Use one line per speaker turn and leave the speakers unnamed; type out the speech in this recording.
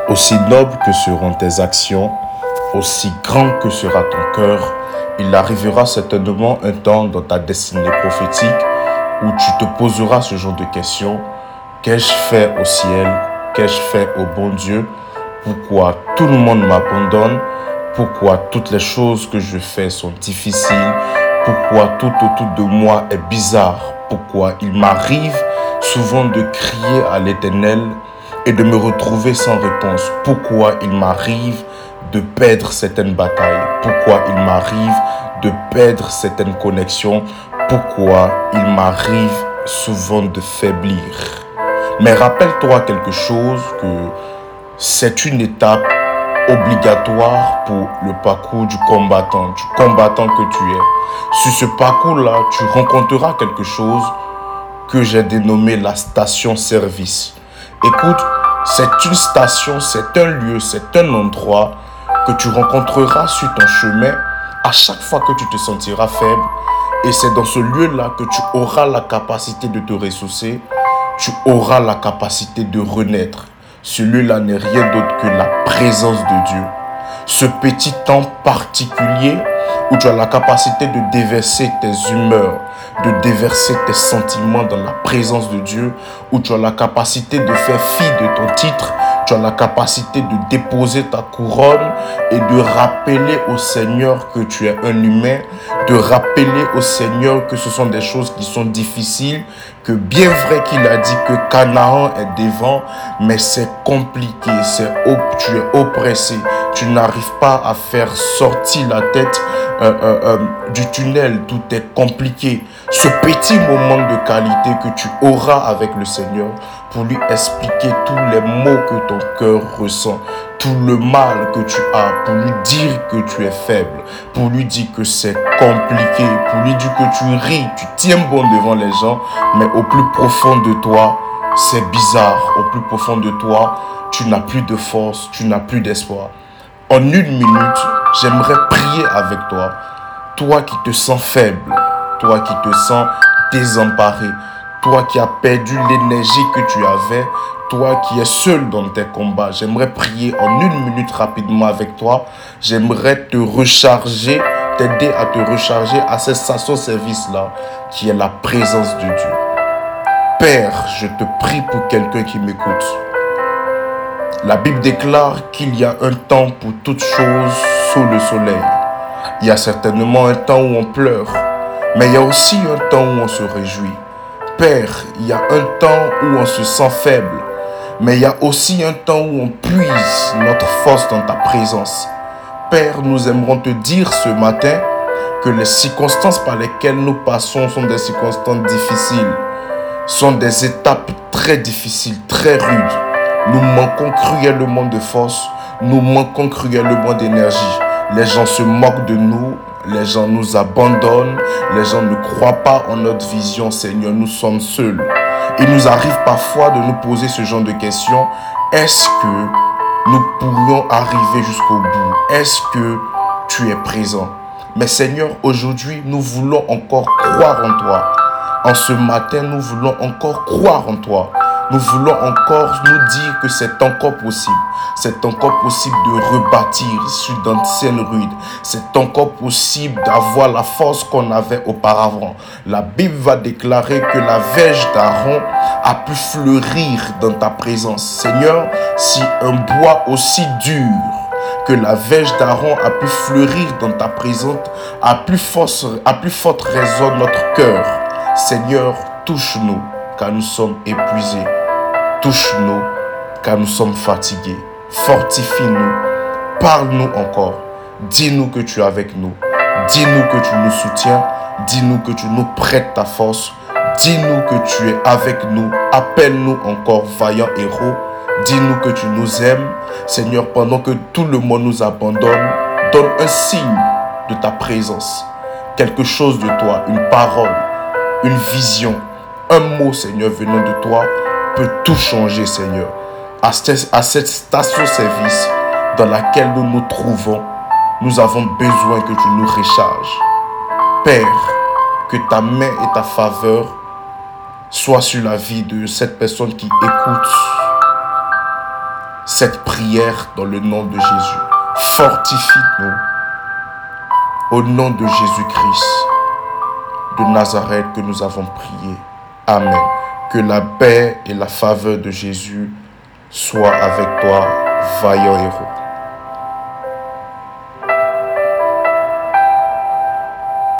Aussi noble que seront tes actions, aussi grand que sera ton cœur, il arrivera certainement un temps dans ta destinée prophétique où tu te poseras ce genre de questions. Qu'ai-je fait au ciel? Qu'ai-je fait au bon Dieu? Pourquoi tout le monde m'abandonne? Pourquoi toutes les choses que je fais sont difficiles? Pourquoi tout autour de moi est bizarre? Pourquoi il m'arrive souvent de crier à l'Éternel et de me retrouver sans réponse? Pourquoi il m'arrive de perdre certaines batailles? Pourquoi il m'arrive de perdre certaines connexions? Pourquoi il m'arrive souvent de faiblir? Mais rappelle-toi quelque chose, que c'est une étape obligatoire pour le parcours du combattant que tu es. Sur ce parcours-là, tu rencontreras quelque chose que j'ai dénommé la station-service. Écoute, c'est une station, c'est un lieu, c'est un endroit que tu rencontreras sur ton chemin à chaque fois que tu te sentiras faible. Et c'est dans ce lieu-là que tu auras la capacité de te ressourcer, tu auras la capacité de renaître. Ce lieu-là n'est rien d'autre que la présence de Dieu. Ce petit temps particulier où tu as la capacité de déverser tes humeurs, de déverser tes sentiments dans la présence de Dieu, où tu as la capacité de faire fi de ton titre, tu as la capacité de déposer ta couronne et de rappeler au Seigneur que tu es un humain, de rappeler au Seigneur que ce sont des choses qui sont difficiles, que bien vrai qu'il a dit que Canaan est devant, mais c'est compliqué, tu es oppressé, tu n'arrives pas à faire sortir la tête du tunnel, tout est compliqué. Ce petit moment de qualité que tu auras avec le Seigneur pour lui expliquer tous les maux que ton cœur ressent, tout le mal que tu as, pour lui dire que tu es faible, pour lui dire que c'est compliqué, pour lui dire que tu ris, tu tiens bon devant les gens, mais au plus profond de toi, c'est bizarre. Au plus profond de toi, tu n'as plus de force, tu n'as plus d'espoir. En une minute, j'aimerais prier avec toi. Toi qui te sens faible, toi qui te sens désemparé, toi qui as perdu l'énergie que tu avais, toi qui es seul dans tes combats, j'aimerais prier en une minute rapidement avec toi. J'aimerais te recharger, t'aider à te recharger à ce service-là qui est la présence de Dieu. Père, je te prie pour quelqu'un qui m'écoute. La Bible déclare qu'il y a un temps pour toute chose sous le soleil. Il y a certainement un temps où on pleure, mais il y a aussi un temps où on se réjouit. Père, il y a un temps où on se sent faible, mais il y a aussi un temps où on puise notre force dans ta présence. Père, nous aimerons te dire ce matin que les circonstances par lesquelles nous passons sont des circonstances difficiles, sont des étapes très difficiles, très rudes. Nous manquons cruellement de force, nous manquons cruellement d'énergie. Les gens se moquent de nous, les gens nous abandonnent, les gens ne croient pas en notre vision, Seigneur, nous sommes seuls. Il nous arrive parfois de nous poser ce genre de questions. Est-ce que nous pourrions arriver jusqu'au bout? Est-ce que tu es présent? Mais Seigneur, aujourd'hui, nous voulons encore croire en toi. En ce matin, nous voulons encore croire en toi. Nous voulons encore nous dire que c'est encore possible. C'est encore possible de rebâtir sur d'anciennes ruines. C'est encore possible d'avoir la force qu'on avait auparavant. La Bible va déclarer que la verge d'Aaron a pu fleurir dans ta présence. Seigneur, si un bois aussi dur que la verge d'Aaron a pu fleurir dans ta présence, à plus forte raison notre cœur. Seigneur, touche-nous car nous sommes épuisés. Touche-nous car nous sommes fatigués. Fortifie-nous. Parle-nous encore. Dis-nous que tu es avec nous. Dis-nous que tu nous soutiens. Dis-nous que tu nous prêtes ta force. Dis-nous que tu es avec nous. Appelle-nous encore, vaillant héros. Dis-nous que tu nous aimes. Seigneur, pendant que tout le monde nous abandonne, donne un signe de ta présence. Quelque chose de toi, une parole, une vision, un mot, Seigneur, venant de toi, peut tout changer, Seigneur. À cette station-service dans laquelle nous nous trouvons, nous avons besoin que tu nous recharges. Père, que ta main et ta faveur soient sur la vie de cette personne qui écoute cette prière dans le nom de Jésus. Fortifie-nous au nom de Jésus-Christ de Nazareth que nous avons prié. Amen. Que la paix et la faveur de Jésus soient avec toi, vaillant héros.